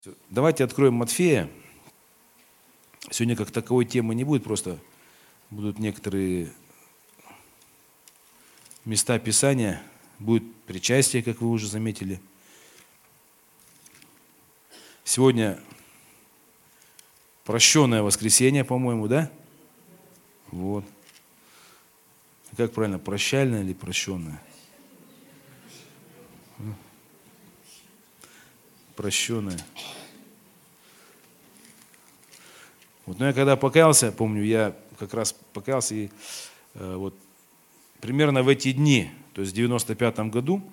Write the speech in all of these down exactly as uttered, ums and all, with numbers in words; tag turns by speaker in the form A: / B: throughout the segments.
A: Давайте откроем Матфея. Сегодня как таковой темы не будет, просто будут некоторые места Писания, будет причастие, как вы уже заметили. Сегодня прощенное воскресенье, по-моему, да? Вот. Как правильно, прощальное или прощенное? Прощенное. Вот, но я когда покаялся, помню, я как раз покаялся и э, вот примерно в эти дни, то есть в девяносто пятом году,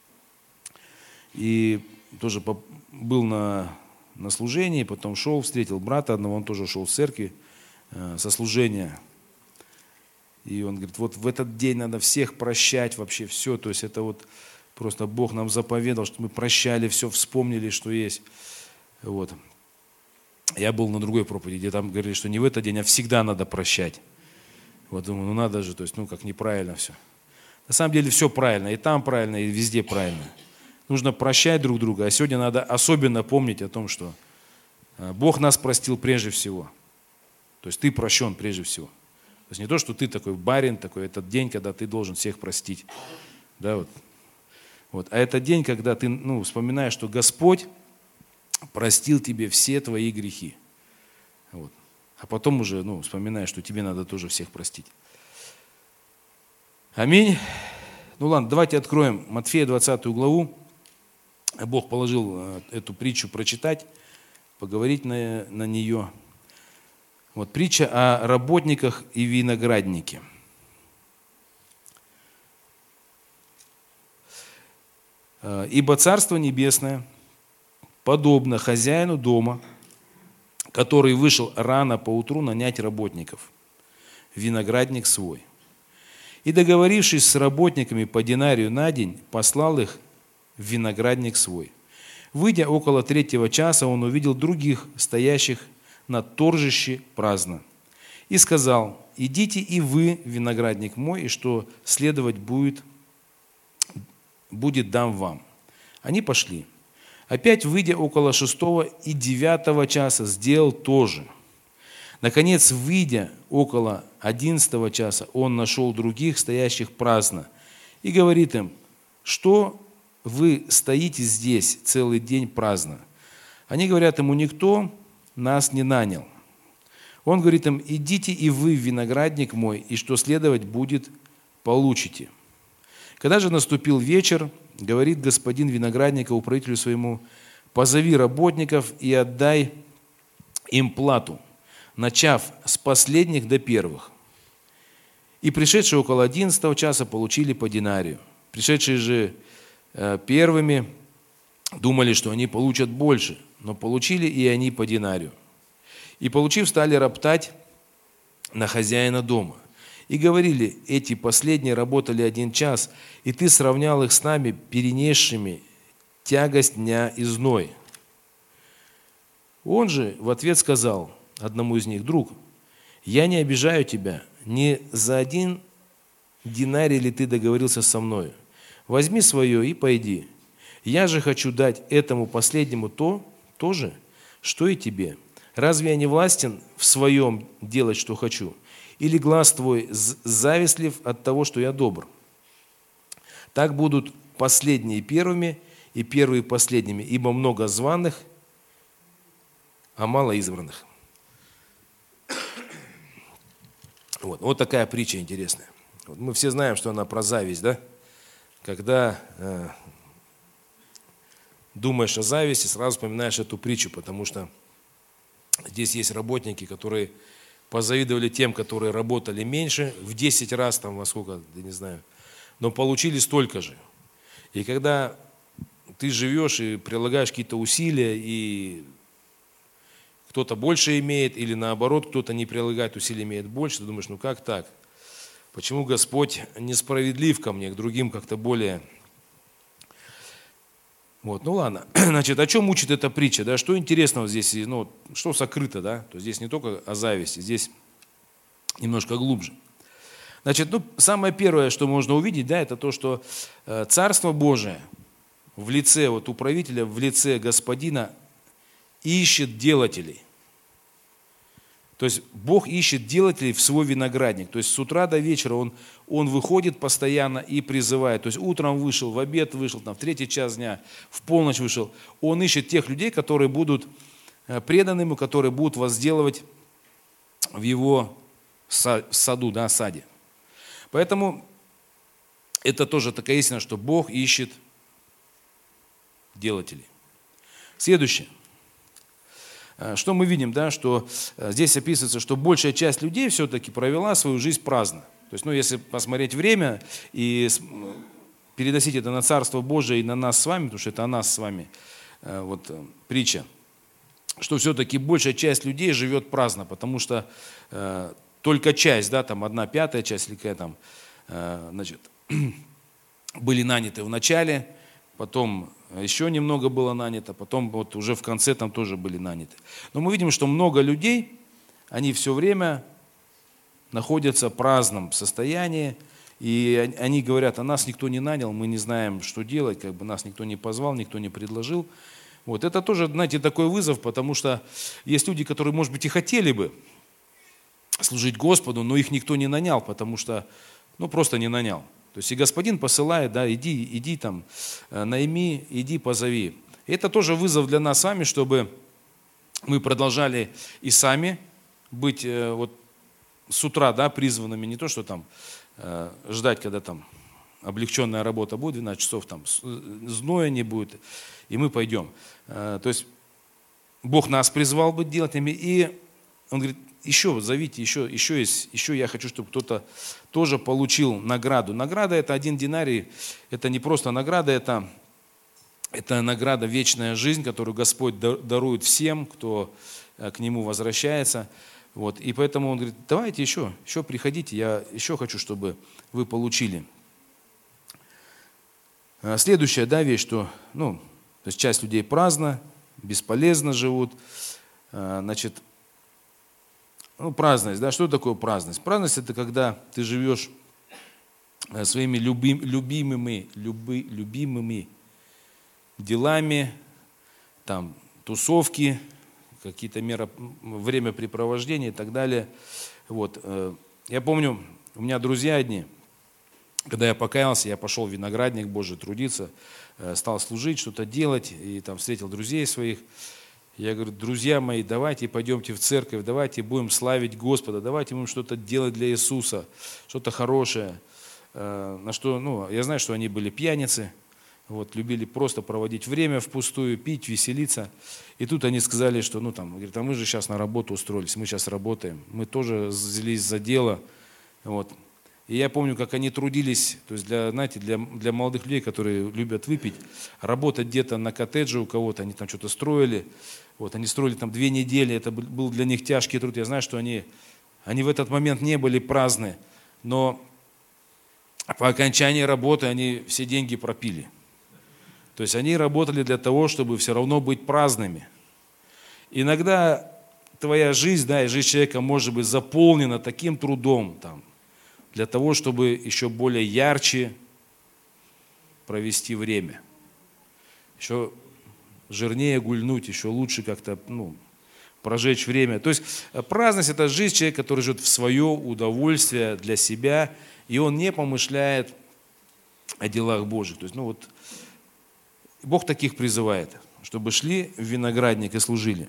A: и тоже по, был на, на служении, потом шел, встретил брата одного, он тоже шел в церкви э, со служения. И он говорит, вот в этот день надо всех прощать, вообще все, то есть это вот просто Бог нам заповедал, что мы прощали, все вспомнили, что есть. Вот. Я был на другой проповеди, где там говорили, что не в этот день, а всегда надо прощать. Вот думаю, ну надо же, то есть, ну как неправильно все. На самом деле все правильно, и там правильно, и везде правильно. Нужно прощать друг друга, а сегодня надо особенно помнить о том, что Бог нас простил прежде всего. То есть ты прощен прежде всего. То есть не то, что ты такой барин, такой этот день, когда ты должен всех простить. Да, вот. Вот. А это день, когда ты ну, вспоминаешь, что Господь простил тебе все твои грехи. Вот. А потом уже ну, вспоминаешь, что тебе надо тоже всех простить. Аминь. Ну ладно, давайте откроем Матфея двадцатую главу. Бог положил эту притчу прочитать, поговорить на, на нее. Вот притча о работниках и винограднике. Ибо Царство Небесное подобно хозяину дома, который вышел рано поутру нанять работников, виноградник свой. И, договорившись с работниками по динарию на день, послал их в виноградник свой. Выйдя около третьего часа, он увидел других, стоящих на торжище праздно. И сказал, идите и вы в виноградник мой, и что следовать будет, будет дам вам. Они пошли. Опять, выйдя около шестого и девятого часа, сделал то же. Наконец, выйдя около одиннадцатого часа, он нашел других, стоящих праздно, и говорит им, что вы стоите здесь целый день праздно. Они говорят ему, никто нас не нанял. Он говорит им, идите и вы в виноградник мой, и что следовать будет, получите. Когда же наступил вечер, говорит господин виноградника управителю своему, позови работников и отдай им плату, начав с последних до первых. И пришедшие около одиннадцатого часа получили по динарию. Пришедшие же первыми думали, что они получат больше, но получили и они по динарию. И получив, стали роптать на хозяина дома. И говорили, эти последние работали один час, и ты сравнял их с нами, перенесшими тягость дня и зной. Он же в ответ сказал одному из них, друг, я не обижаю тебя, не за один динарий ли ты договорился со мною? Возьми свое и пойди. Я же хочу дать этому последнему то, то же, что и тебе. Разве я не властен в своем делать, что хочу? Или глаз твой завистлив от того, что я добр? Так будут последние первыми и первые последними, ибо много званых, а мало избранных. Вот, вот такая притча интересная. Вот мы все знаем, что она про зависть, да? Когда э, думаешь о зависти, сразу вспоминаешь эту притчу, потому что здесь есть работники, которые позавидовали тем, которые работали меньше, в десять раз, там, во сколько, я не знаю, но получили столько же. И когда ты живешь и прилагаешь какие-то усилия, и кто-то больше имеет, или наоборот, кто-то не прилагает усилия, имеет больше, ты думаешь, ну как так? Почему Господь несправедлив ко мне, к другим как-то более... Вот, ну ладно, значит, о чем учит эта притча, да, что интересного здесь, ну, что сокрыто, да, то здесь не только о зависти, здесь немножко глубже. Значит, ну, самое первое, что можно увидеть, да, это то, что Царство Божие в лице вот управителя, в лице Господина ищет делателей. То есть Бог ищет делателей в свой виноградник. То есть с утра до вечера Он, он выходит постоянно и призывает. То есть утром вышел, в обед вышел, там, в третий час дня, в полночь вышел. Он ищет тех людей, которые будут преданы Ему, которые будут возделывать в Его саду, да, саде. Поэтому это тоже такая истина, что Бог ищет делателей. Следующее. Что мы видим, да, что здесь описывается, что большая часть людей все-таки провела свою жизнь праздно. То есть, ну, если посмотреть время и переносить это на Царство Божие и на нас с вами, потому что это о нас с вами, вот, притча, что все-таки большая часть людей живет праздно, потому что э, только часть, да, там одна пятая часть, или какая там, э, значит, были наняты в начале, потом еще немного было нанято, потом вот уже в конце там тоже были наняты. Но мы видим, что много людей, они все время находятся в праздном состоянии, и они говорят, а нас никто не нанял, мы не знаем, что делать, как бы нас никто не позвал, никто не предложил. Вот это тоже, знаете, такой вызов, потому что есть люди, которые, может быть, и хотели бы служить Господу, но их никто не нанял, потому что, ну, просто не нанял. То есть и Господин посылает, да, иди, иди там, найми, иди позови. И это тоже вызов для нас с вами, чтобы мы продолжали и сами быть вот с утра, да, призванными, не то, что там ждать, когда там облегченная работа будет, двенадцать часов там зноя не будет, и мы пойдем. То есть Бог нас призвал быть делателями, и Он говорит, еще зовите, еще, еще есть, еще я хочу, чтобы кто-то тоже получил награду. Награда – это один динарий, это не просто награда, это, это награда вечная жизнь, которую Господь дарует всем, кто к Нему возвращается. Вот. И поэтому Он говорит, давайте еще, еще приходите, я еще хочу, чтобы вы получили. Следующая, да, вещь, что, ну, то есть часть людей праздно, бесполезно живут, значит, ну, праздность, да, что такое праздность? Праздность – это когда ты живешь своими любим, любимыми, люби, любимыми делами, там, тусовки, какие-то меры, времяпрепровождения и так далее. Вот. Я помню, у меня друзья одни, когда я покаялся, я пошел в виноградник Божий трудиться, стал служить, что-то делать, и там встретил друзей своих. Я говорю, друзья мои, давайте пойдемте в церковь, давайте будем славить Господа, давайте будем что-то делать для Иисуса, что-то хорошее. На что, ну, я знаю, что они были пьяницы, вот, любили просто проводить время впустую, пить, веселиться. И тут они сказали, что, ну, там, говорят, а мы же сейчас на работу устроились, мы сейчас работаем, мы тоже взялись за дело, вот. И я помню, как они трудились, то есть для, знаете, для, для молодых людей, которые любят выпить, работать где-то на коттедже у кого-то, они там что-то строили, вот, они строили там две недели, это был для них тяжкий труд. Я знаю, что они, они в этот момент не были праздны, но по окончании работы они все деньги пропили. То есть они работали для того, чтобы все равно быть праздными. Иногда твоя жизнь, да, и жизнь человека может быть заполнена таким трудом, там, для того, чтобы еще более ярче провести время. Еще жирнее гульнуть, еще лучше как-то, ну, прожечь время. То есть праздность – это жизнь человека, который живет в свое удовольствие для себя, и он не помышляет о делах Божьих. То есть, ну вот, Бог таких призывает, чтобы шли в виноградник и служили.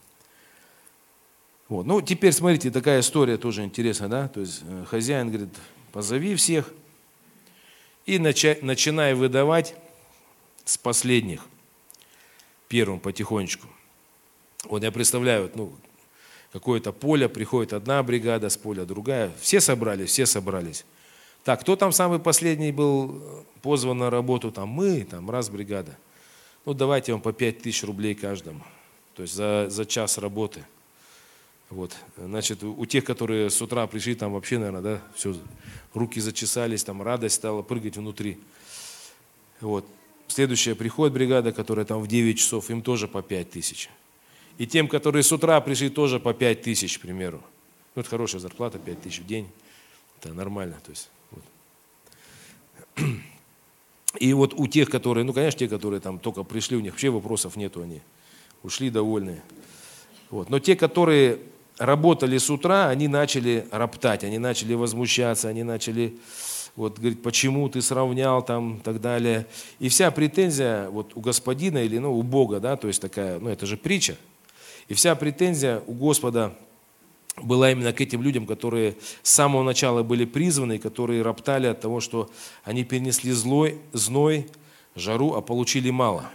A: Вот. Ну, теперь, смотрите, такая история тоже интересная, да, то есть хозяин говорит, позови всех и начи, начинай выдавать с последних, первым потихонечку. Вот я представляю, ну, какое-то поле, приходит одна бригада, с поля другая, все собрались, все собрались. Так, кто там самый последний был позван на работу? Там мы, там раз бригада. Ну, давайте вам по пять тысяч рублей каждому, то есть за, за час работы. Вот, значит, у тех, которые с утра пришли, там вообще, наверное, да, все, руки зачесались, там радость стала прыгать внутри. Вот. Следующая приходит бригада, которая там в девять часов, им тоже по пять тысяч. И тем, которые с утра пришли, тоже по пять тысяч, к примеру. Ну, это хорошая зарплата, пять тысяч в день, это нормально, то есть. Вот. И вот у тех, которые, ну, конечно, те, которые там только пришли, у них вообще вопросов нету, они ушли довольные. Вот. Но те, которые работали с утра, они начали роптать, они начали возмущаться, они начали вот, говорить, почему ты сравнял там и так далее. И вся претензия вот, у Господина или ну, у Бога, да, то есть такая, ну это же притча, и вся претензия у Господа была именно к этим людям, которые с самого начала были призваны, которые роптали от того, что они перенесли злой, зной, жару, а получили мало.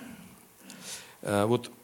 A: Вот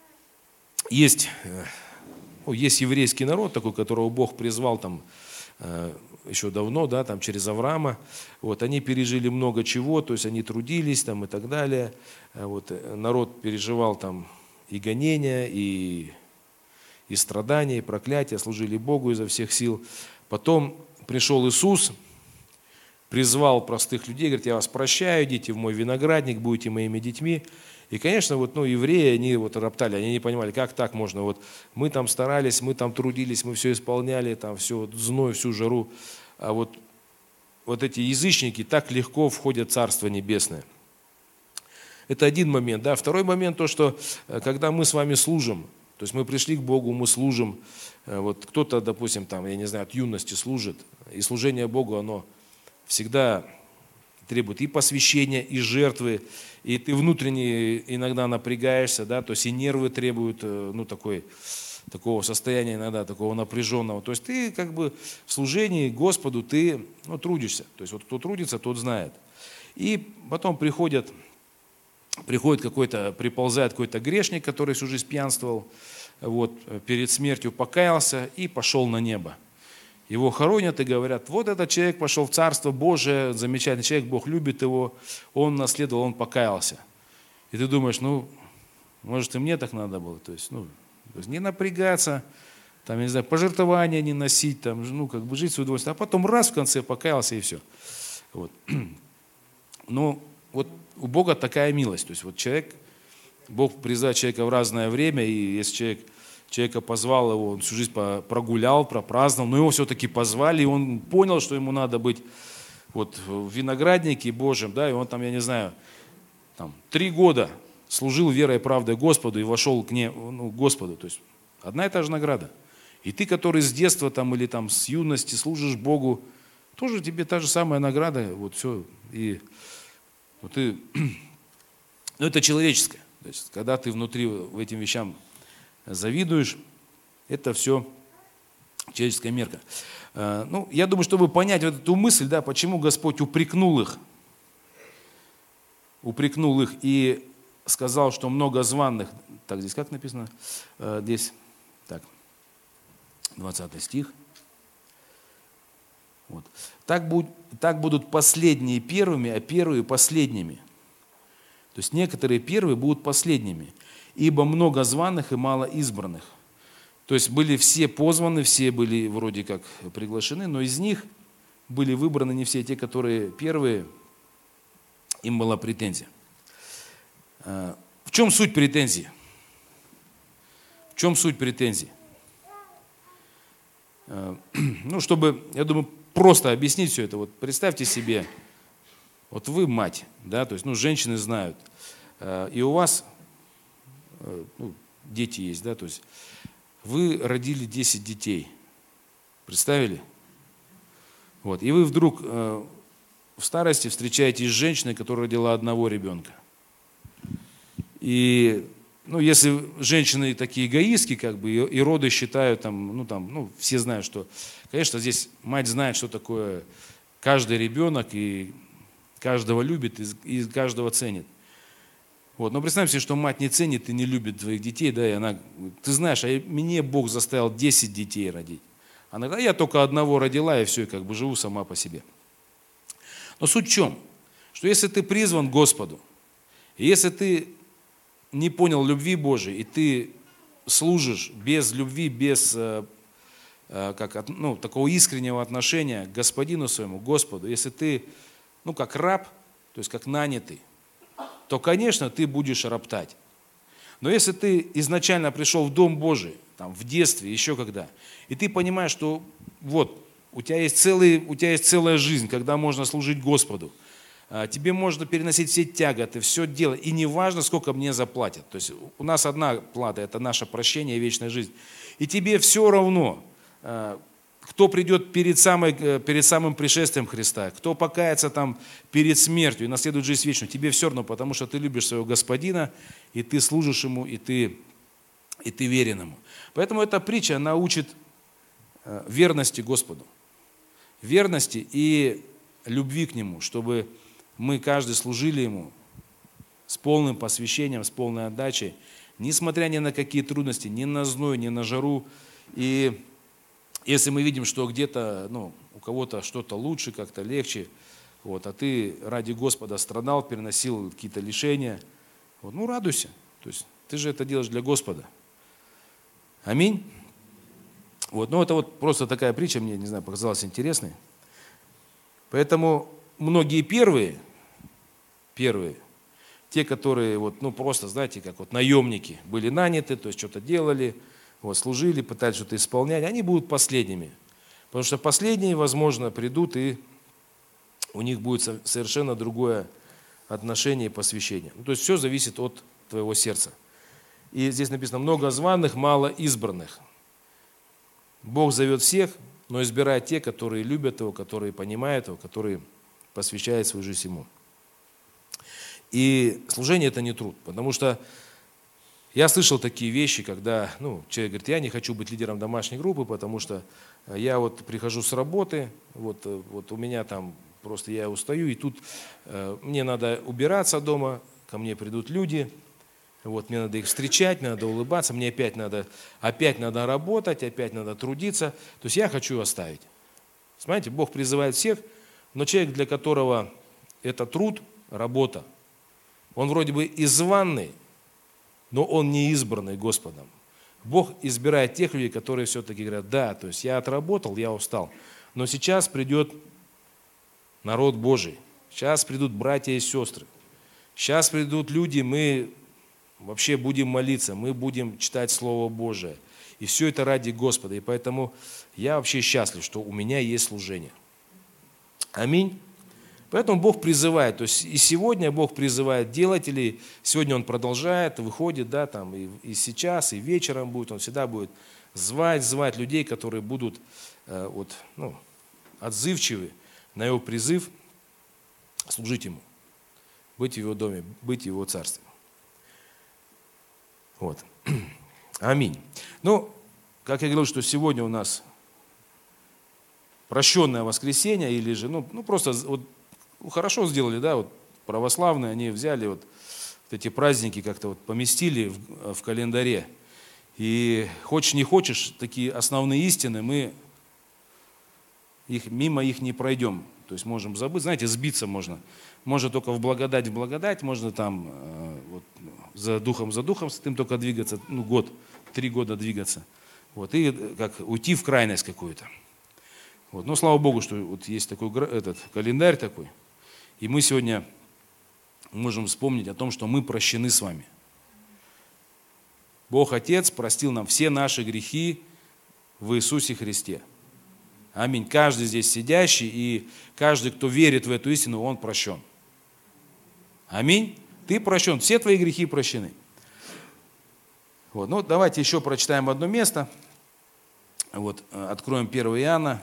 A: есть, ну, есть еврейский народ такой, которого Бог призвал там еще давно, да, там через Авраама. Вот, они пережили много чего, то есть они трудились там и так далее. Вот, народ переживал там и гонения, и и страдания, и проклятия, служили Богу изо всех сил. Потом пришел Иисус, призвал простых людей, говорит, я вас прощаю, идите в мой виноградник, будете моими детьми. И, конечно, вот, ну, евреи, они вот роптали, они не понимали, как так можно. Вот мы там старались, мы там трудились, мы все исполняли, там все зной, всю жару. А вот, вот эти язычники так легко входят в Царство Небесное. Это один момент. Да. Второй момент, то, что когда мы с вами служим, то есть мы пришли к Богу, мы служим. Вот кто-то, допустим, там, я не знаю, от юности служит. И служение Богу, оно всегда требует и посвящения, и жертвы. И ты внутренне иногда напрягаешься, да, то есть и нервы требуют ну, такой, такого состояния иногда, такого напряженного. То есть ты как бы в служении Господу ты ну, трудишься. То есть вот кто трудится, тот знает. И потом приходят... Приходит какой-то, приползает какой-то грешник, который всю жизнь пьянствовал, вот, перед смертью покаялся и пошел на небо. Его хоронят и говорят, вот этот человек пошел в Царство Божие, замечательный человек, Бог любит его, он наследовал, он покаялся. И ты думаешь, ну, может и мне так надо было, то есть, ну, то есть не напрягаться, там, я не знаю, пожертвования не носить, там, ну, как бы жить в удовольствие, а потом раз в конце покаялся и все. Вот. Ну, вот у Бога такая милость. То есть вот человек, Бог призывает человека в разное время, и если человек, человека позвал его, он всю жизнь прогулял, пропраздновал, но его все-таки позвали, и он понял, что ему надо быть вот в винограднике Божьем, да, и он там, я не знаю, там, три года служил верой и правдой Господу и вошел к не, ну, Господу. То есть одна и та же награда. И ты, который с детства там, или там, с юности служишь Богу, тоже тебе та же самая награда, вот все, и вот ты, ну это человеческое. То есть, когда ты внутри в этим вещам завидуешь, это все человеческая мерка. Ну, я думаю, чтобы понять вот эту мысль, да, почему Господь упрекнул их, упрекнул их и сказал, что много званых, так здесь как написано? Здесь, так, двадцатый стих. Вот. Так, будь, так будут последние первыми, а первые последними. То есть некоторые первые будут последними, ибо много званых и мало избранных. То есть были все позваны, все были вроде как приглашены, но из них были выбраны не все те, которые первые, им была претензия. В чем суть претензии? В чем суть претензии? Ну, чтобы, я думаю, просто объяснить все это. Вот представьте себе, вот вы мать, да, то есть, ну, женщины знают, и у вас ну, дети есть, да, то есть вы родили десять детей, представили? Вот, и вы вдруг в старости встречаетесь с женщиной, которая родила одного ребенка. И, ну, если женщины такие эгоистки, как бы, и роды считают, там, ну, там, ну, все знают, что, конечно, здесь мать знает, что такое каждый ребенок, и каждого любит, и каждого ценит. Вот. Но представь себе, что мать не ценит и не любит твоих детей, да, и она, ты знаешь, а мне Бог заставил десять детей родить. Она говорит, а я только одного родила, и все, и как бы живу сама по себе. Но суть в чем? Что если ты призван к Господу, и если ты не понял любви Божией, и ты служишь без любви, без как, ну, такого искреннего отношения к Господину своему, Господу, если ты, ну, как раб, то есть как нанятый, то, конечно, ты будешь роптать. Но если ты изначально пришел в Дом Божий, там, в детстве, еще когда, и ты понимаешь, что вот, у тебя есть целый, у тебя есть целая жизнь, когда можно служить Господу, тебе можно переносить все тяготы, все дело, и не важно, сколько мне заплатят. То есть у нас одна плата, это наше прощение и вечная жизнь. И тебе все равно, кто придет перед, самой, перед самым пришествием Христа, кто покается там перед смертью и наследует жизнь вечную, тебе все равно, потому что ты любишь своего Господина, и ты служишь Ему, и ты, и ты верен Ему. Поэтому эта притча, она учит верности Господу, верности и любви к Нему, чтобы мы каждый служили Ему с полным посвящением, с полной отдачей, несмотря ни на какие трудности, ни на зной, ни на жару. И если мы видим, что где-то, ну, у кого-то что-то лучше, как-то легче, вот, а ты ради Господа страдал, переносил какие-то лишения, вот, ну, радуйся. То есть ты же это делаешь для Господа. Аминь. Вот, ну, это вот просто такая притча, мне, не знаю, показалась интересной. Поэтому многие первые, первые, те, которые вот, ну, просто, знаете, как вот наемники были наняты, то есть что-то делали, вот, служили, пытались что-то исполнять, они будут последними. Потому что последние, возможно, придут, и у них будет совершенно другое отношение и посвящение. Ну, то есть все зависит от твоего сердца. И здесь написано: много званых, мало избранных. Бог зовет всех, но избирает те, которые любят Его, которые понимают Его, которые посвящают свою жизнь Ему. И служение – это не труд, потому что я слышал такие вещи, когда, ну, человек говорит: я не хочу быть лидером домашней группы, потому что я вот прихожу с работы, вот, вот у меня там просто я устаю, и тут э, мне надо убираться дома, ко мне придут люди, вот, мне надо их встречать, мне надо улыбаться, мне опять надо, опять надо работать, опять надо трудиться, то есть я хочу оставить. Смотрите, Бог призывает всех, но человек, для которого это труд, работа, он вроде бы и званный, но он не избранный Господом. Бог избирает тех людей, которые все-таки говорят: да, то есть я отработал, я устал, но сейчас придет народ Божий, сейчас придут братья и сестры, сейчас придут люди, мы вообще будем молиться, мы будем читать Слово Божие. И все это ради Господа. И поэтому я вообще счастлив, что у меня есть служение. Аминь. Поэтому Бог призывает, то есть и сегодня Бог призывает делателей, сегодня Он продолжает, выходит, да, там и, и сейчас, и вечером будет, Он всегда будет звать, звать людей, которые будут э, вот, ну, отзывчивы на Его призыв служить Ему, быть в Его доме, быть в Его царстве. Вот. Аминь. Ну, как я говорил, что сегодня у нас прощенное воскресенье, или же, ну, ну просто вот, хорошо сделали, да, вот православные, они взяли вот, вот эти праздники, как-то вот поместили в, в календаре. И хочешь не хочешь, такие основные истины, мы их, мимо их не пройдем. То есть можем забыть, знаете, сбиться можно. Можно только в благодать, в благодать, можно там э, вот, за духом, за духом святым только двигаться, ну год, три года двигаться. Вот, и как уйти в крайность какую-то. Вот. Но слава Богу, что вот есть такой этот, календарь такой. И мы сегодня можем вспомнить о том, что мы прощены с вами. Бог Отец простил нам все наши грехи в Иисусе Христе. Аминь. Каждый здесь сидящий и каждый, кто верит в эту истину, он прощен. Аминь. Ты прощен, все твои грехи прощены. Вот. Ну, давайте еще прочитаем одно место. Вот, откроем первое Иоанна.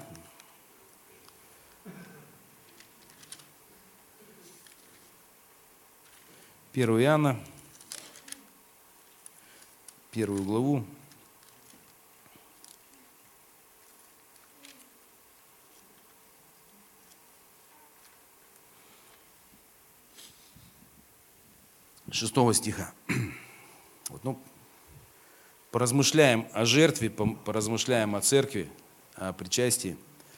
A: первое Иоанна, первую главу. Шестого стиха. Вот, ну, поразмышляем о жертве, поразмышляем о церкви, о причастии.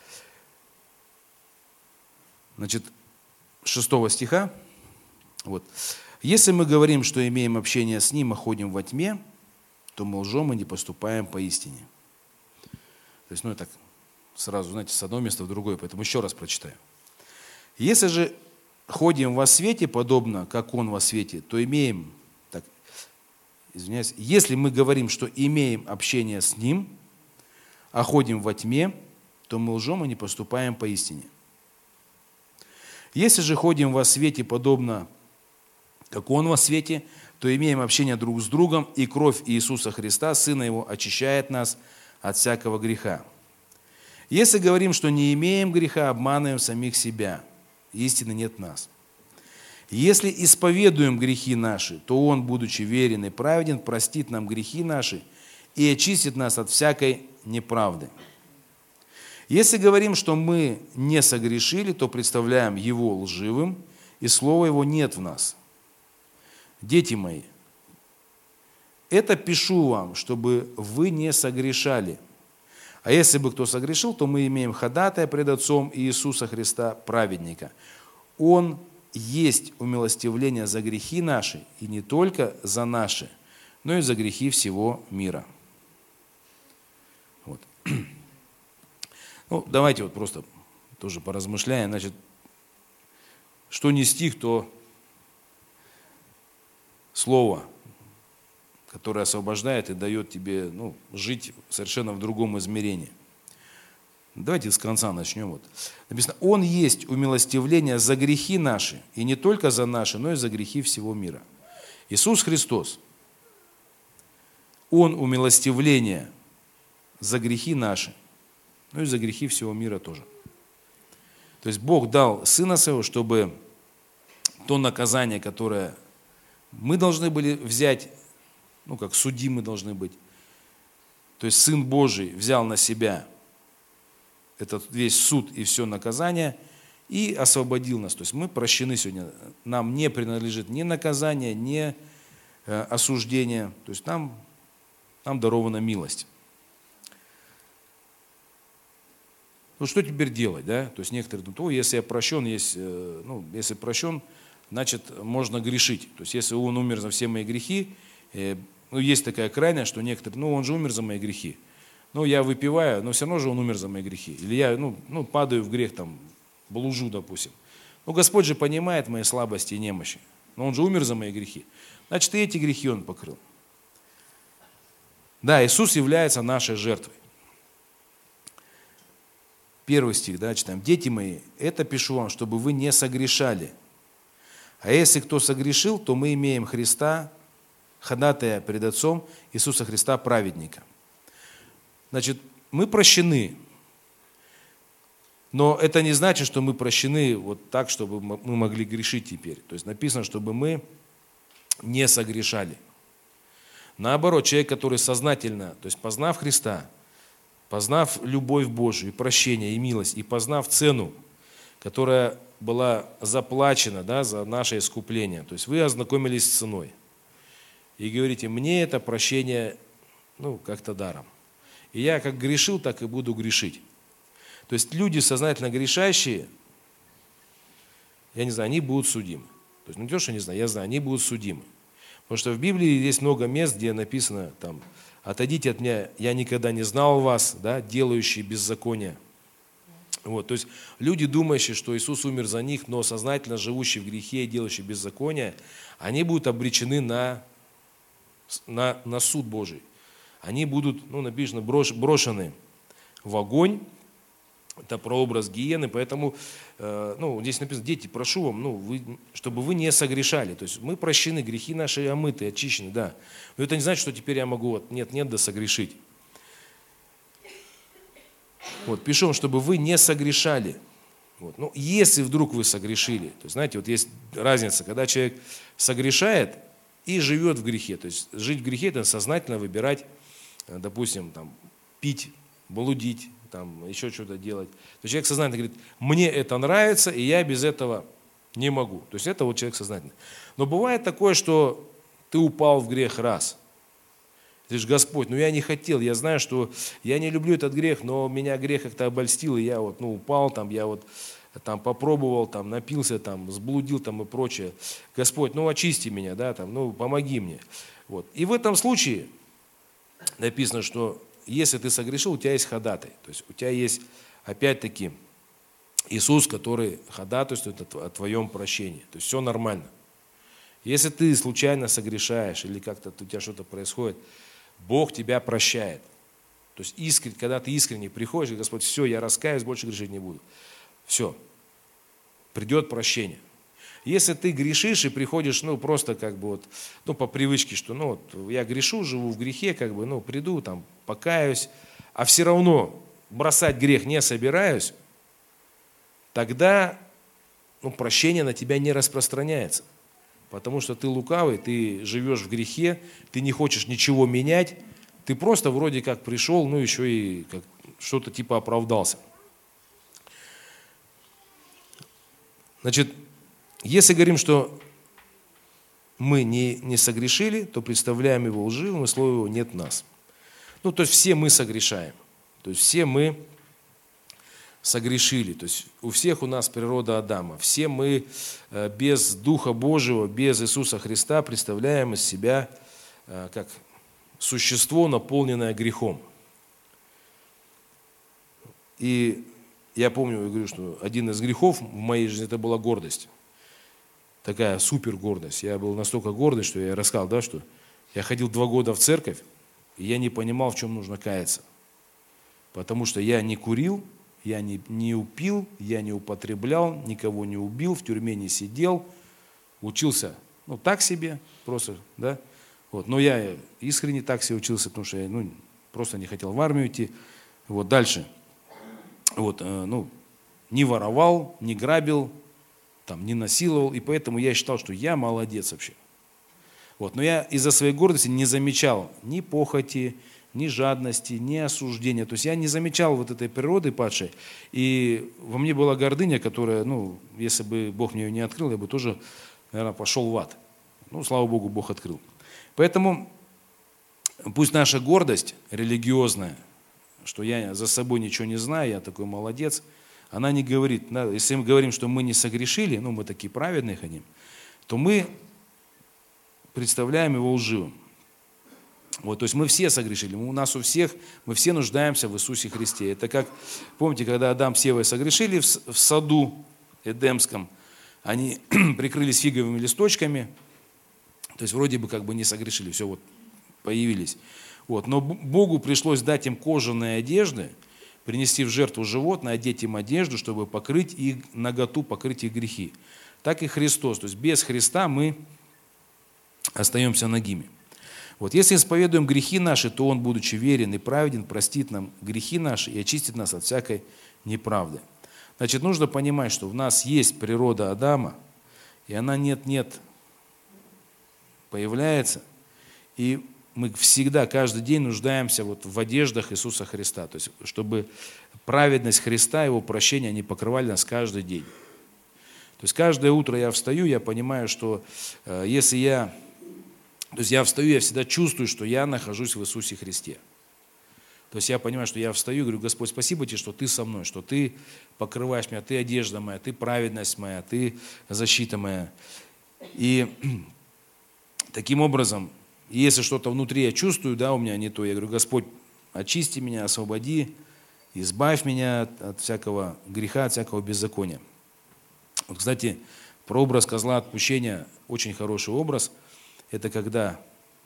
A: Значит, шестого стиха. Вот. Если мы говорим, что имеем общение с Ним, а ходим во тьме, то мы лжем и не поступаем поистине. То есть, ну, так сразу, знаете, с одного места в другое, поэтому еще раз прочитаю. Если же ходим во свете, подобно, как Он во свете, то имеем, так, извиняюсь, если мы говорим, что имеем общение с Ним, а ходим во тьме, то мы лжем и не поступаем поистине. Если же ходим во свете, подобно как Он во свете, то имеем общение друг с другом, и кровь Иисуса Христа, Сына Его, очищает нас от всякого греха. Если говорим, что не имеем греха, обманываем самих себя, истины нет в нас. Если исповедуем грехи наши, то Он, будучи верен и праведен, простит нам грехи наши и очистит нас от всякой неправды. Если говорим, что мы не согрешили, то представляем Его лживым, и слова Его нет в нас. Дети мои, это пишу вам, чтобы вы не согрешали. А если бы кто согрешил, то мы имеем ходатая пред Отцом Иисуса Христа, праведника. Он есть умилостивление за грехи наши, и не только за наши, но и за грехи всего мира. Вот. Ну, давайте вот просто тоже поразмышляем. Значит, что не стих, то слово, которое освобождает и дает тебе, ну, жить совершенно в другом измерении. Давайте с конца начнем. Вот. Написано, Он есть умилостивление за грехи наши, и не только за наши, но и за грехи всего мира. Иисус Христос, Он умилостивление за грехи наши, ну и за грехи всего мира тоже. То есть Бог дал Сына Своего, чтобы то наказание, которое мы должны были взять, ну как судимы должны быть, то есть Сын Божий взял на себя этот весь суд и все наказание и освободил нас. То есть мы прощены сегодня. Нам не принадлежит ни наказание, ни осуждение. То есть нам, нам дарована милость. Ну что теперь делать, да? То есть некоторые думают, о, если я прощен, есть, ну, если прощен, значит, можно грешить. То есть если Он умер за все мои грехи, ну, есть такая крайность, что некоторые, ну, Он же умер за мои грехи. Ну, я выпиваю, но все равно же Он умер за мои грехи. Или я, ну, ну падаю в грех, там, блужу, допустим. Ну, Господь же понимает мои слабости и немощи. Но Он же умер за мои грехи. Значит, и эти грехи Он покрыл. Да, Иисус является нашей жертвой. Первый стих, да, читаем. «Дети мои, это пишу вам, чтобы вы не согрешали. А если кто согрешил, то мы имеем Христа, ходатая пред Отцом Иисуса Христа, праведника». Значит, мы прощены, но это не значит, что мы прощены вот так, чтобы мы могли грешить теперь. То есть написано, чтобы мы не согрешали. Наоборот, человек, который сознательно, то есть познав Христа, познав любовь Божию, и прощение, и милость, и познав цену, которая была заплачена, да, за наше искупление, то есть вы ознакомились с ценой, и говорите, мне это прощение, ну, как-то даром. И я как грешил, так и буду грешить. То есть люди сознательно грешащие, я не знаю, они будут судимы. То есть, ну не то, что не знаю, я знаю, они будут судимы. Потому что в Библии есть много мест, где написано, там, отойдите от меня, я никогда не знал вас, да, делающие беззаконие. Вот, то есть люди, думающие, что Иисус умер за них, но сознательно живущие в грехе и делающие беззаконие, они будут обречены на, на, на суд Божий. Они будут, ну, написано, брош, брошены в огонь. Это прообраз гиены, поэтому, э, ну, здесь написано, дети, прошу вам, ну, вы, чтобы вы не согрешали. То есть мы прощены, грехи наши омыты, очищены, да. Но это не значит, что теперь я могу, вот, нет-нет, да согрешить. Вот, пишу вам, чтобы вы не согрешали. Вот. Ну, если вдруг вы согрешили, то есть, знаете, вот есть разница, когда человек согрешает и живет в грехе. То есть жить в грехе – это сознательно выбирать, допустим, там, пить, блудить, там, еще что-то делать. То есть человек сознательно говорит, мне это нравится, и я без этого не могу. То есть это вот человек сознательный. Но бывает такое, что ты упал в грех раз. Ты говоришь, Господь, ну я не хотел, я знаю, что я не люблю этот грех, но меня грех как-то обольстил, и я вот, ну, упал, там, я вот там попробовал, там, напился, там, сблудил там, и прочее. Господь, ну очисти меня, да, там, ну помоги мне. Вот. И в этом случае написано, что если ты согрешил, у тебя есть ходатай. То есть у тебя есть, опять-таки, Иисус, который ходатайствует о твоем прощении. То есть все нормально. Если ты случайно согрешаешь или как-то у тебя что-то происходит, Бог тебя прощает. То есть искренне, когда ты искренне приходишь, и Господь, все, я раскаюсь, больше грешить не буду. Все. придет прощение. Если ты грешишь и приходишь, ну, просто как бы вот, ну, по привычке, что, ну, вот, я грешу, живу в грехе, как бы, ну, приду, там, покаюсь, а все равно бросать грех не собираюсь, тогда, ну, прощение на тебя не распространяется. Потому что ты лукавый, ты живешь в грехе, ты не хочешь ничего менять, ты просто вроде как пришел, ну, еще и как, что-то типа оправдался. Значит, если говорим, что мы не, не согрешили, то представляем его лживым, и слова его нет в нас. Ну, то есть все мы согрешаем. То есть все мы согрешили. То есть у всех у нас природа Адама. Все мы без Духа Божьего, без Иисуса Христа представляем из себя как существо, наполненное грехом. И я помню, я говорю, что один из грехов в моей жизни это была гордость. Такая супер гордость. Я был настолько гордый, что я рассказал, да, что я ходил два года в церковь, и я не понимал, в чем нужно каяться. Потому что я не курил, я не, не упил, я не употреблял, никого не убил, в тюрьме не сидел, учился, ну, так себе, просто, да. Вот. Но я искренне так себе учился, потому что я, ну, просто не хотел в армию идти. Вот, дальше. Вот, ну, не воровал, не грабил, там, не насиловал, и поэтому я считал, что я молодец вообще. Вот. Но я из-за своей гордости не замечал ни похоти, ни жадности, ни осуждения. То есть я не замечал вот этой природы падшей. И во мне была гордыня, которая, ну, если бы Бог мне ее не открыл, я бы тоже, наверное, пошел в ад. Ну, слава Богу, Бог открыл. Поэтому пусть наша гордость религиозная, что я за собой ничего не знаю, я такой молодец, она не говорит, если мы говорим, что мы не согрешили, ну, мы такие праведные ходим, то мы представляем его лживым. Вот, то есть мы все согрешили, у нас у всех, мы все нуждаемся в Иисусе Христе. Это как, помните, когда Адам с Евой согрешили в саду Эдемском, они прикрылись фиговыми листочками, то есть вроде бы как бы не согрешили, все вот появились. Вот, но Богу пришлось дать им кожаные одежды, принести в жертву животное, одеть им одежду, чтобы покрыть их наготу, покрыть их грехи. Так и Христос, то есть без Христа мы остаемся нагими. Вот, если исповедуем грехи наши, то Он, будучи верен и праведен, простит нам грехи наши и очистит нас от всякой неправды. Значит, нужно понимать, что в нас есть природа Адама, и она нет-нет появляется, и мы всегда, каждый день нуждаемся вот в одеждах Иисуса Христа, то есть чтобы праведность Христа, Его прощение, они покрывали нас каждый день. То есть каждое утро я встаю, я понимаю, что э, если я... То есть я встаю, я всегда чувствую, что я нахожусь в Иисусе Христе. То есть я понимаю, что я встаю и говорю: Господь, спасибо Тебе, что Ты со мной, что Ты покрываешь меня, Ты одежда моя, Ты праведность моя, Ты защита моя. И таким образом, если что-то внутри я чувствую, да, у меня не то, я говорю: Господь, очисти меня, освободи, избавь меня от, от всякого греха, от всякого беззакония. Вот, кстати, про образ козла отпущения, очень хороший образ. Это когда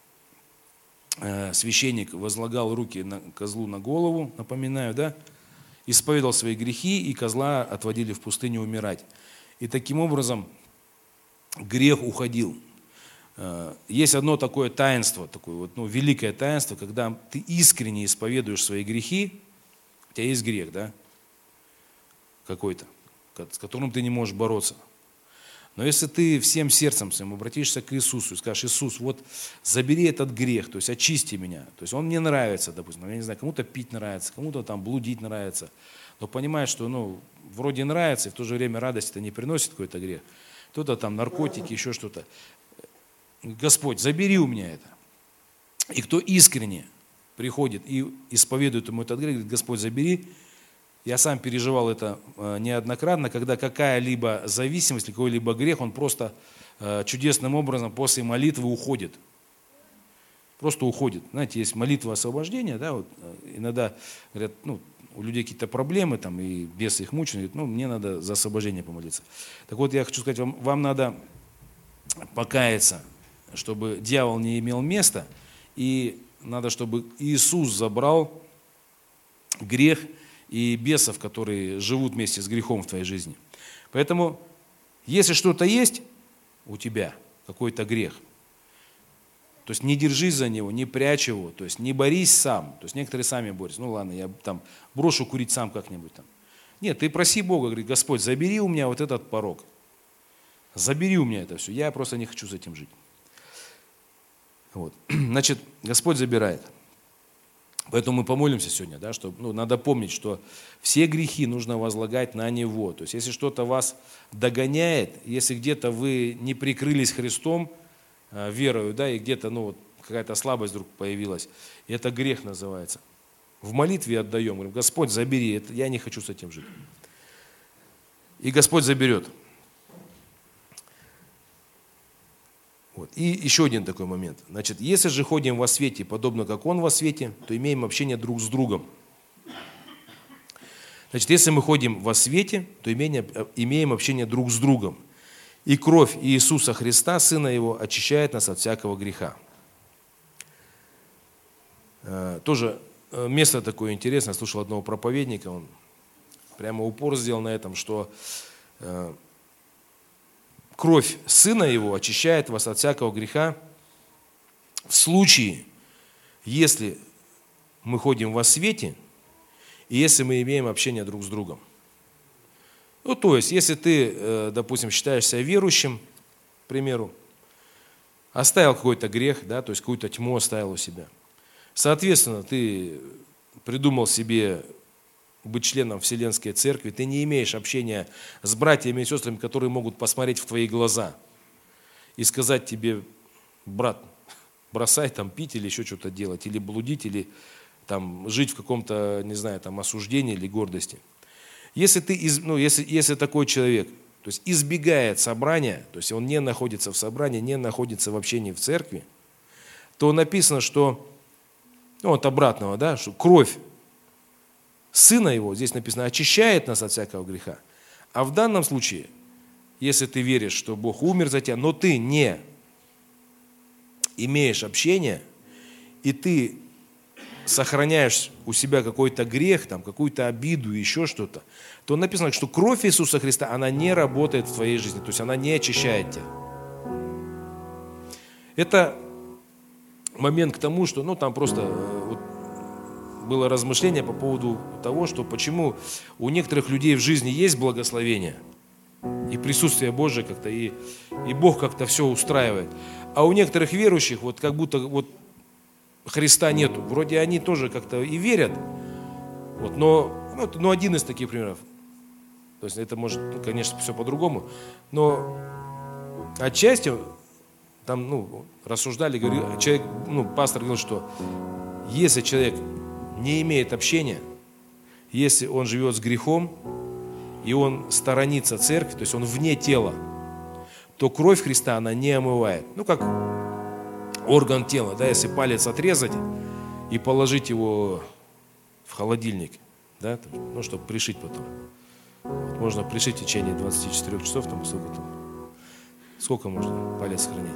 A: э, священник возлагал руки на козлу на голову, напоминаю, да, исповедовал свои грехи, и козла отводили в пустыню умирать. И таким образом грех уходил. Э, есть одно такое таинство, такое вот, ну, великое таинство, когда ты искренне исповедуешь свои грехи, у тебя есть грех, да, какой-то, с которым ты не можешь бороться. Но если ты всем сердцем своим обратишься к Иисусу и скажешь: Иисус, вот забери этот грех, то есть очисти меня. То есть он мне нравится, допустим, я не знаю, кому-то пить нравится, кому-то там блудить нравится. Но понимаешь, что, ну, вроде нравится, и в то же время радость это не приносит, какой-то грех. Кто-то там наркотики, еще что-то. Господь, забери у меня это. И кто искренне приходит и исповедует ему этот грех, говорит: Господь, забери. Я сам переживал это неоднократно, когда какая-либо зависимость, какой-либо грех, он просто чудесным образом после молитвы уходит. Просто уходит. Знаете, есть молитва освобождения, да, вот иногда говорят, ну, у людей какие-то проблемы, там, и бесы их мучают, говорят: ну, мне надо за освобождение помолиться. Так вот, я хочу сказать, вам, вам надо покаяться, чтобы дьявол не имел места, и надо, чтобы Иисус забрал грех и бесов, которые живут вместе с грехом в твоей жизни. Поэтому Если что-то есть у тебя, какой-то грех, то есть не держись за него, не прячь его, то есть не борись сам. То есть некоторые сами борются. Ну ладно, я там брошу курить сам как-нибудь там. Нет, ты проси Бога, говори: Господь, забери у меня вот этот порок. Забери у меня это все. Я просто не хочу с этим жить. Вот. Значит, Господь забирает. Поэтому мы помолимся сегодня, да, что, ну, надо помнить, что все грехи нужно возлагать на Него. То есть если что-то вас догоняет, если где-то вы не прикрылись Христом, э, верою, да, и где-то ну, вот, какая-то слабость вдруг появилась, это грех называется. В молитве отдаем, говорим: Господь, забери, это, я не хочу с этим жить. И Господь заберет. Вот. И еще один такой момент. Значит, если же ходим во свете, подобно как Он во свете, то имеем общение друг с другом. Значит, если мы ходим во свете, то имеем, имеем общение друг с другом. И кровь Иисуса Христа, Сына Его, очищает нас от всякого греха. Тоже место такое интересное. Я слушал одного проповедника, он прямо упор сделал на этом, что кровь Сына Его очищает вас от всякого греха в случае, если мы ходим во свете и если мы имеем общение друг с другом. Ну, то есть, если ты, допустим, считаешь себя верующим, к примеру, оставил какой-то грех, да, то есть какую-то тьму оставил у себя. Соответственно, ты придумал себе быть членом Вселенской Церкви, ты не имеешь общения с братьями и сестрами, которые могут посмотреть в твои глаза и сказать тебе: брат, бросай там пить или еще что-то делать, или блудить, или там жить в каком-то, не знаю, там осуждении или гордости. Если ты, ну, если, если такой человек, то есть избегает собрания, то есть он не находится в собрании, не находится в общении в церкви, то написано, что, ну, от обратного, да, что кровь Сына Его, здесь написано, очищает нас от всякого греха. А в данном случае, если ты веришь, что Бог умер за тебя, но ты не имеешь общения, и ты сохраняешь у себя какой-то грех, там, какую-то обиду, еще что-то, то написано, что кровь Иисуса Христа, она не работает в твоей жизни, то есть она не очищает тебя. Это момент к тому, что, ну, там просто вот, было размышление по поводу того, что почему у некоторых людей в жизни есть благословение и присутствие Божие как-то, и, и Бог как-то все устраивает, а у некоторых верующих вот как будто вот Христа нету. Вроде они тоже как-то и верят, вот, но, ну, ну, один из таких примеров. То есть это может, ну, конечно, все по-другому, но отчасти там, ну, рассуждали, говорили, человек, ну, пастор говорил, что если человек не имеет общения, если он живет с грехом, и он сторонится церкви, то есть он вне тела, то кровь Христа, она не омывает. Ну, как орган тела, да, если палец отрезать и положить его в холодильник, да, ну, чтобы пришить потом. Вот, можно пришить в течение двадцати четырёх часов, там, сколько там, сколько можно палец хранить?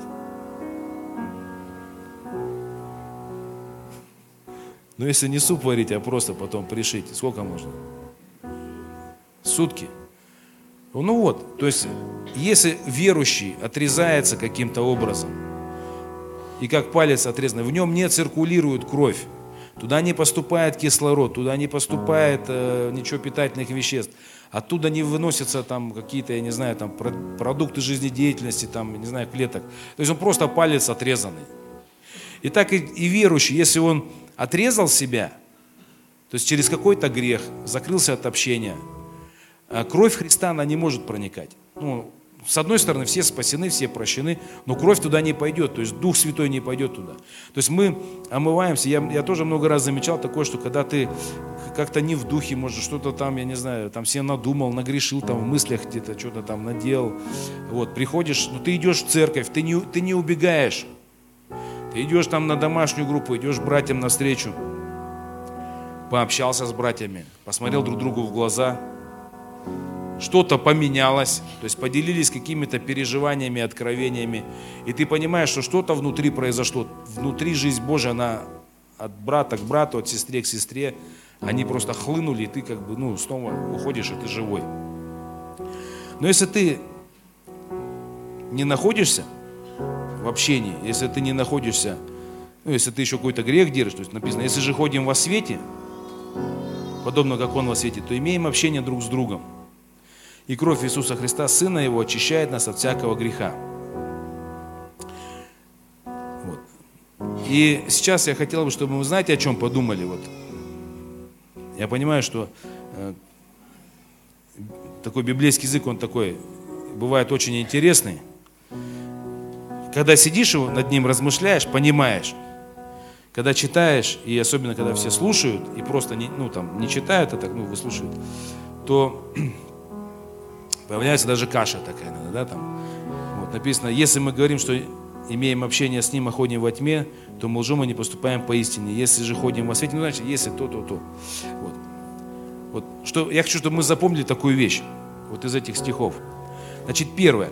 A: Но если не суп варить, а просто потом пришить, сколько можно? Сутки. Ну вот, то есть, если верующий отрезается каким-то образом, и как палец отрезанный, в нем не циркулирует кровь, туда не поступает кислород, туда не поступает э, ничего питательных веществ, оттуда не выносятся там какие-то, я не знаю, там продукты жизнедеятельности, там, не знаю, клеток. То есть он просто палец отрезанный. И так и, и верующий, если он отрезал себя, то есть через какой-то грех, закрылся от общения, кровь Христа, она не может проникать. Ну, с одной стороны, все спасены, все прощены, но кровь туда не пойдет, то есть Дух Святой не пойдет туда. То есть мы омываемся, я, я тоже много раз замечал такое, что когда ты как-то не в духе, может, что-то там, я не знаю, там себе надумал, нагрешил, там в мыслях где-то что-то там наделал, вот, приходишь, ну ты идешь в церковь, ты не, ты не убегаешь, ты идешь там на домашнюю группу, идешь братьям навстречу, пообщался с братьями, посмотрел друг другу в глаза, что-то поменялось, то есть поделились какими-то переживаниями, откровениями, и ты понимаешь, что что-то внутри произошло, внутри жизнь Божия, она от брата к брату, от сестры к сестре, они просто хлынули, и ты как бы, ну, снова уходишь, и ты живой. Но если ты не находишься в общении, если ты не находишься, ну, если ты еще какой-то грех держишь, то есть написано, если же ходим во свете, подобно как Он во свете, то имеем общение друг с другом. И кровь Иисуса Христа, Сына Его, очищает нас от всякого греха. Вот. И сейчас я хотел бы, чтобы вы, знаете, о чем подумали. Вот. Я понимаю, что э, такой библейский язык, он такой, бывает очень интересный. Когда сидишь его, над ним размышляешь, понимаешь. Когда читаешь, и особенно когда все слушают, и просто не, ну, там, не читают, а так, ну, выслушивают, то появляется даже каша такая, да, там. Вот, написано, если мы говорим, что имеем общение с Ним, а ходим во тьме, то мы лжем и не поступаем по истине. Если же ходим во свете, ну, значит, если то, то, то. Вот. Вот. Что, я хочу, чтобы мы запомнили такую вещь, вот из этих стихов. Значит, первое.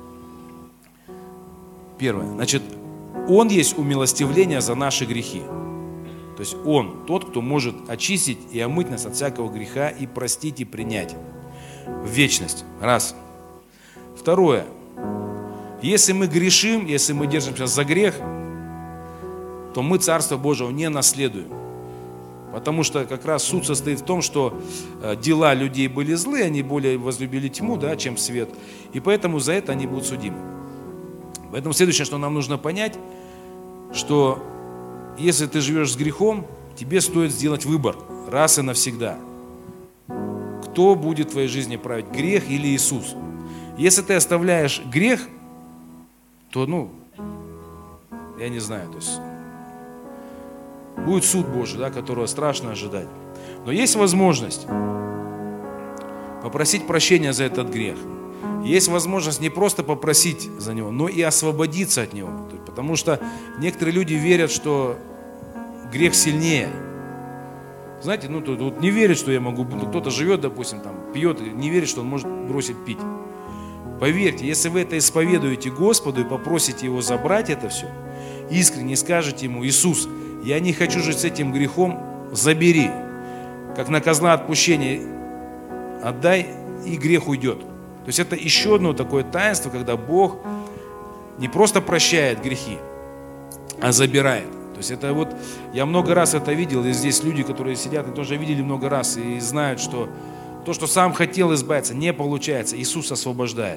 A: Первое. Значит, Он есть умилостивление за наши грехи. То есть Он тот, кто может очистить и омыть нас от всякого греха и простить и принять в вечность. Раз. Второе. Если мы грешим, если мы держимся за грех, то мы Царство Божьего не наследуем. Потому что как раз суд состоит в том, что дела людей были злые, они более возлюбили тьму, да, чем свет. И поэтому за это они будут судимы. Поэтому следующее, что нам нужно понять, что если ты живешь с грехом, тебе стоит сделать выбор раз и навсегда. Кто будет в твоей жизни править, грех или Иисус? Если ты оставляешь грех, то, ну, я не знаю, то есть будет суд Божий, да, которого страшно ожидать. Но есть возможность попросить прощения за этот грех. Есть возможность не просто попросить за него, но и освободиться от него. Потому что некоторые люди верят, что грех сильнее. Знаете, ну тут, тут не верит, что я могу, ну, кто-то живет, допустим, там, пьет, не верит, что он может бросить пить. Поверьте, если вы это исповедуете Господу и попросите Его забрать это все, искренне скажете Ему: Иисус, я не хочу жить с этим грехом, забери. Как на козла отпущения отдай, и грех уйдет. То есть это еще одно такое таинство, когда Бог не просто прощает грехи, а забирает. То есть это вот, я много раз это видел, и здесь люди, которые сидят, и тоже видели много раз, и знают, что то, что сам хотел избавиться, не получается. Иисус освобождает.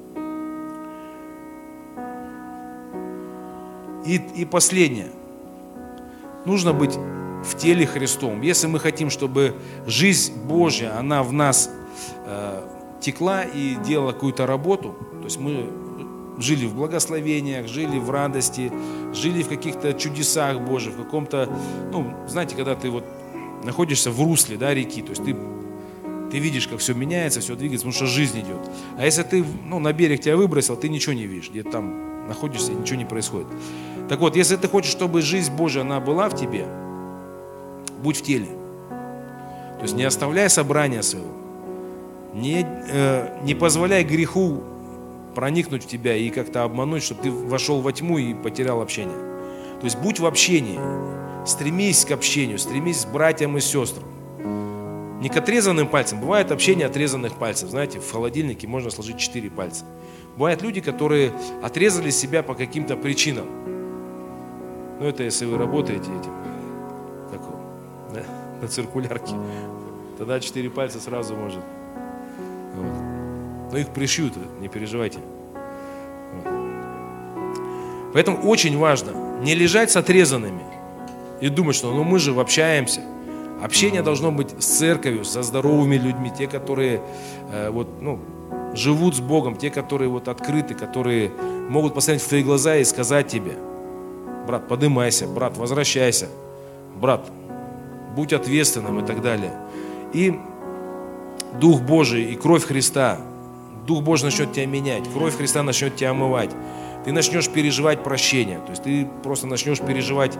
A: И, и последнее. Нужно быть в теле Христовом. Если мы хотим, чтобы жизнь Божья, она в нас э, текла и делала какую-то работу, то есть мы жили в благословениях, жили в радости, жили в каких-то чудесах Божьих, в каком-то, ну, знаете, когда ты вот находишься в русле, да, реки, то есть ты Ты видишь, как все меняется, все двигается, потому что жизнь идет. А если ты, ну, на берег тебя выбросил, ты ничего не видишь, где-то там находишься, и ничего не происходит. Так вот, если ты хочешь, чтобы жизнь Божья, она была в тебе, будь в теле. То есть не оставляй собрания своего, не, э, не позволяй греху проникнуть в тебя и как-то обмануть, чтобы ты вошел во тьму и потерял общение. То есть будь в общении, стремись к общению, стремись к братьям и сестрам. Не к отрезанным пальцам. Бывает общение отрезанных пальцев. Знаете, в холодильнике можно сложить четыре пальца. Бывают люди, которые отрезали себя по каким-то причинам. Ну, это если вы работаете этим, как, да, на циркулярке, тогда четыре пальца сразу может. Вот. Но их пришьют, не переживайте. Вот. Поэтому очень важно не лежать с отрезанными и думать, что ну мы же общаемся. Общение должно быть с церковью, со здоровыми людьми, те, которые э, вот, ну, живут с Богом, те, которые вот, открыты, которые могут посмотреть в твои глаза и сказать тебе: брат, поднимайся, брат, возвращайся, брат, будь ответственным и так далее. И Дух Божий и кровь Христа, Дух Божий начнет тебя менять, кровь Христа начнет тебя омывать. Ты начнешь переживать прощение, то есть ты просто начнешь переживать.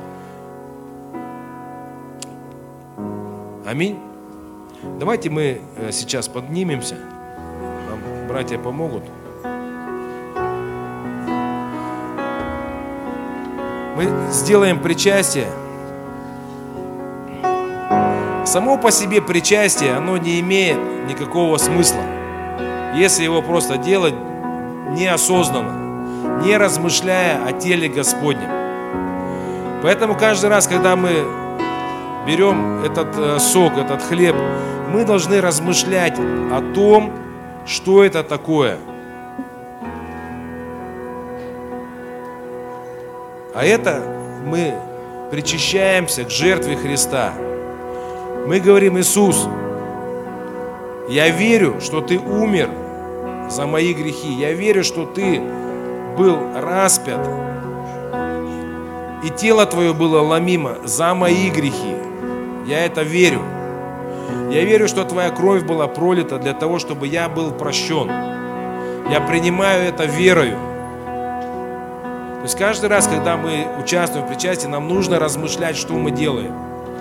A: Аминь. Давайте мы сейчас поднимемся. Нам братья помогут. Мы сделаем причастие. Само по себе причастие, оно не имеет никакого смысла, если его просто делать неосознанно. не размышляя о теле Господнем. Поэтому каждый раз, когда мы берем этот сок, этот хлеб, мы должны размышлять о том, что это такое. А это мы причащаемся к жертве Христа. Мы говорим: Иисус, я верю, что Ты умер за мои грехи. Я верю, что Ты был распят, и тело Твое было ломимо за мои грехи. Я это верю. Я верю, что Твоя кровь была пролита для того, чтобы я был прощен. Я принимаю это верою. То есть каждый раз, когда мы участвуем в причастии, нам нужно размышлять, что мы делаем.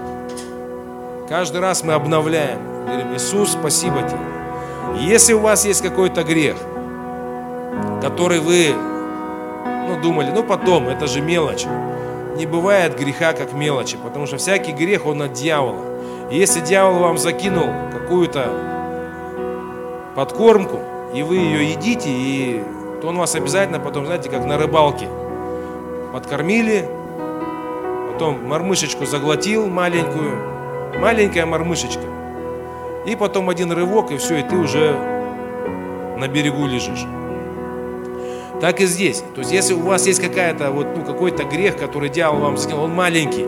A: Каждый раз мы обновляем. Говорим: Иисус, спасибо Тебе. Если у вас есть какой-то грех, который вы ну, думали, ну потом, это же мелочь. Не бывает греха как мелочи, потому что всякий грех, он от дьявола. И если дьявол вам закинул какую-то подкормку, и вы ее едите, и, то он вас обязательно потом, знаете, как на рыбалке. Подкормили, потом мормышечку заглотил маленькую, маленькая мормышечка. И потом один рывок, и все, и ты уже на берегу лежишь. Так и здесь. То есть, если у вас есть какая-то, вот, ну, какой-то грех, который дьявол вам закинул, он маленький.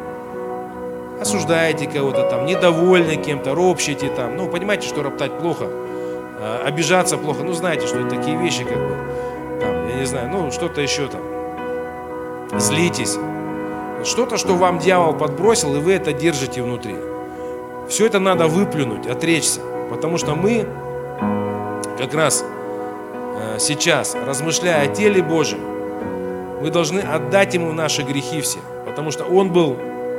A: Осуждаете кого-то там, недовольны кем-то, ропщите там. Ну, понимаете, что роптать плохо, обижаться плохо. Ну, знаете, что это такие вещи, как бы, там, я не знаю, ну, что-то еще там. Злитесь. Что-то, что вам дьявол подбросил, и вы это держите внутри. Все это надо выплюнуть, отречься. Потому что мы как раз сейчас, размышляя о теле Божьем, мы должны отдать Ему наши грехи все. Потому что Он был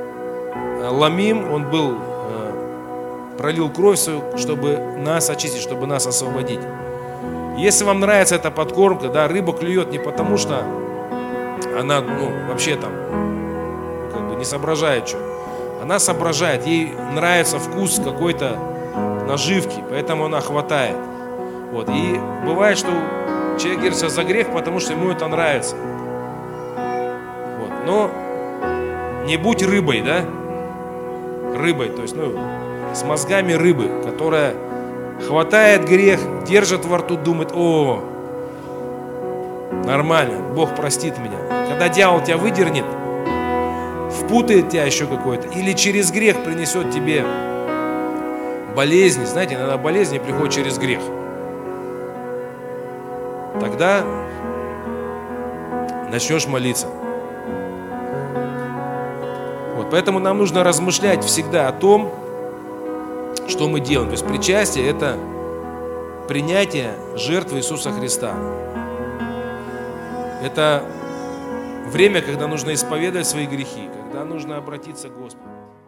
A: ломим, Он был, пролил кровь свою, чтобы нас очистить, чтобы нас освободить. Если вам нравится эта подкормка, да, рыба клюет не потому, что она, ну, вообще там, как бы не соображает, что. Она соображает, ей нравится вкус какой-то наживки, поэтому она хватает. Вот. И бывает, что человек держится за грех, потому что ему это нравится. Вот. Но не будь рыбой, да? Рыбой, то есть, ну, с мозгами рыбы, которая хватает грех, держит во рту, думает: о, нормально, Бог простит меня. Когда дьявол тебя выдернет, впутает тебя еще какой-то, или через грех принесет тебе болезни. Знаете, иногда болезни приходят через грех. Тогда начнешь молиться. Вот, поэтому нам нужно размышлять всегда о том, что мы делаем. То есть причастие – это принятие жертвы Иисуса Христа. Это время, когда нужно исповедовать свои грехи, когда нужно обратиться к Господу.